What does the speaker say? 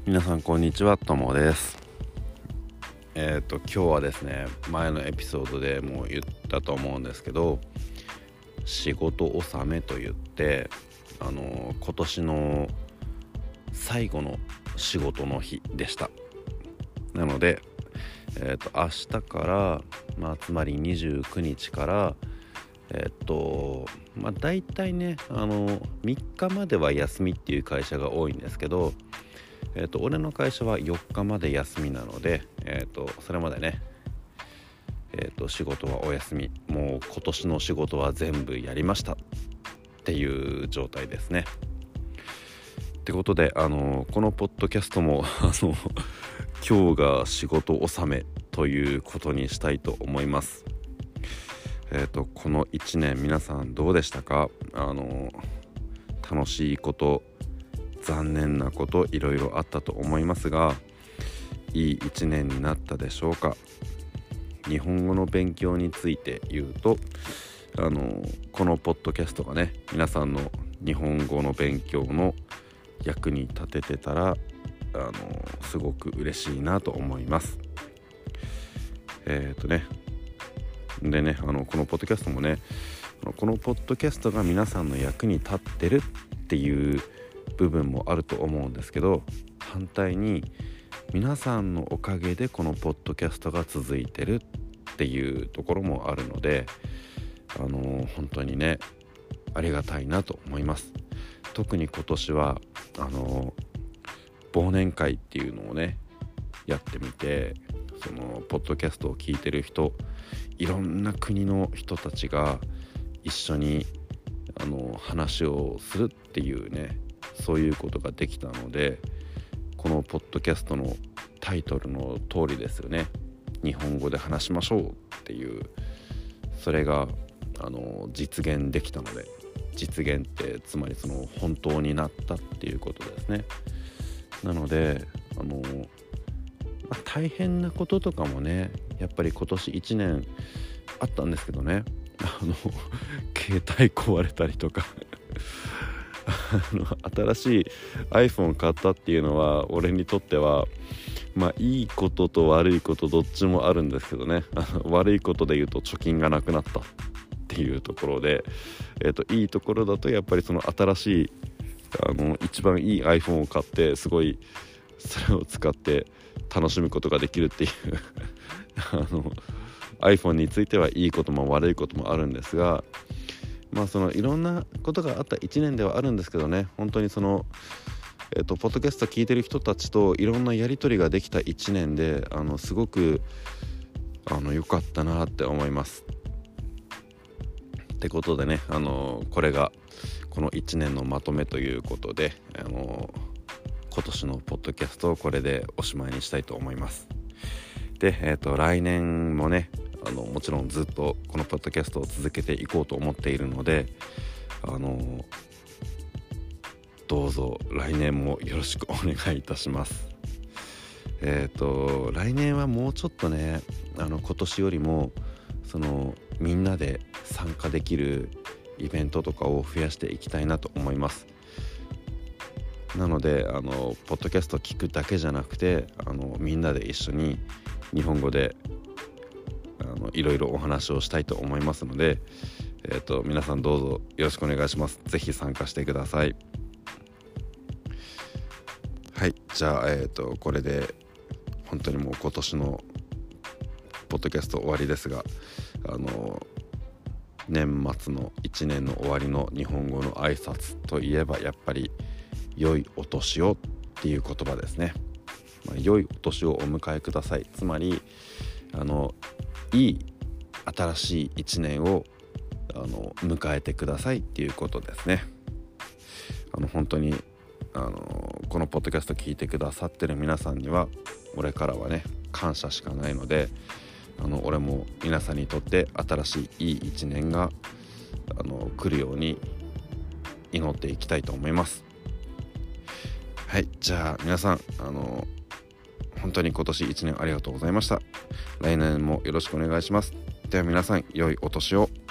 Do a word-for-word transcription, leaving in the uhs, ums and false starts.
皆さんこんにちは、ともです。えっ、と今日はですね、前のエピソードでも言ったと思うんですけど、仕事納めと言ってあの今年の最後の仕事の日でした。なので、えー、と明日から、まあ、つまりにじゅうくにちからえっ、とまあだいたいねあのみっかまでは休みっていう会社が多いんですけど、えー、と俺の会社はよっかまで休みなので、えー、とそれまでね、えー、と仕事はお休み、もう今年の仕事は全部やりましたっていう状態ですね。ってことで、あのこのポッドキャストもあの今日が仕事納めということにしたいと思います。えー、とこのいちねん皆さんどうでしたか？あの楽しいこと、残念なこといろいろあったと思いますが、いいいちねんになったでしょうか？日本語の勉強について言うと、あのこのポッドキャストがね、皆さんの日本語の勉強の役に立ててたら、あのすごく嬉しいなと思います。えっ、ー、とねでねあのこのポッドキャストもねこのポッドキャストが皆さんの役に立ってるっていう部分もあると思うんですけど、反対に皆さんのおかげでこのポッドキャストが続いてるっていうところもあるので、あの本当にねありがたいなと思います。特に今年はあの忘年会っていうのをねやってみて、そのポッドキャストを聞いてる人、いろんな国の人たちが一緒にあの話をするっていうね、そういうことができたので、このポッドキャストのタイトルの通りですよね、日本語で話しましょうっていう、それがあの実現できたので、実現ってつまりその本当になったっていうことですね。なのであの、まあ、大変なこととかもねやっぱり今年いちねんあったんですけどね、あの携帯壊れたりとかあの新しい iPhone 買ったっていうのは俺にとってはまあいいことと悪いことどっちもあるんですけどね、あの悪いことで言うと貯金がなくなったっていうところで、えーと、いいところだとやっぱりその新しいあの一番いい iPhone を買ってすごいそれを使って楽しむことができるっていうあの iPhone についてはいいことも悪いこともあるんですが、まあそのいろんなことがあったいちねんではあるんですけどね、本当にそのえっとポッドキャスト聞いてる人たちといろんなやり取りができたいちねんで、あのすごくあの良かったなって思います。ってことでね、あのこれがこのいちねんのまとめということで、あの今年のポッドキャストをこれでおしまいにしたいと思います。で、えーと、来年もねあのもちろんずっとこのポッドキャストを続けていこうと思っているので、あのどうぞ来年もよろしくお願いいたします。えーと来年はもうちょっとねあの今年よりもそのみんなで参加できるイベントとかを増やしていきたいなと思います。なのであのポッドキャスト聞くだけじゃなくて、あのみんなで一緒に日本語であのいろいろお話をしたいと思いますので、えーと、皆さんどうぞよろしくお願いします。ぜひ参加してください。はい、じゃあ、えーと、これで本当にもう今年のポッドキャスト終わりですが、あの年末のいちねんの終わりの日本語の挨拶といえばやっぱり良いお年をっていう言葉ですね。まあ、良いお年をお迎えください。つまりあのいい新しいいちねんをあの迎えてくださいっていうことですね。あの本当にあのこのポッドキャスト聞いてくださってる皆さんには俺からはね感謝しかないので、あの俺も皆さんにとって新しいいいいちねんがあの来るように祈っていきたいと思います。はい、じゃあ皆さんあの本当に今年いちねんありがとうございました。来年もよろしくお願いします。では皆さん良いお年を。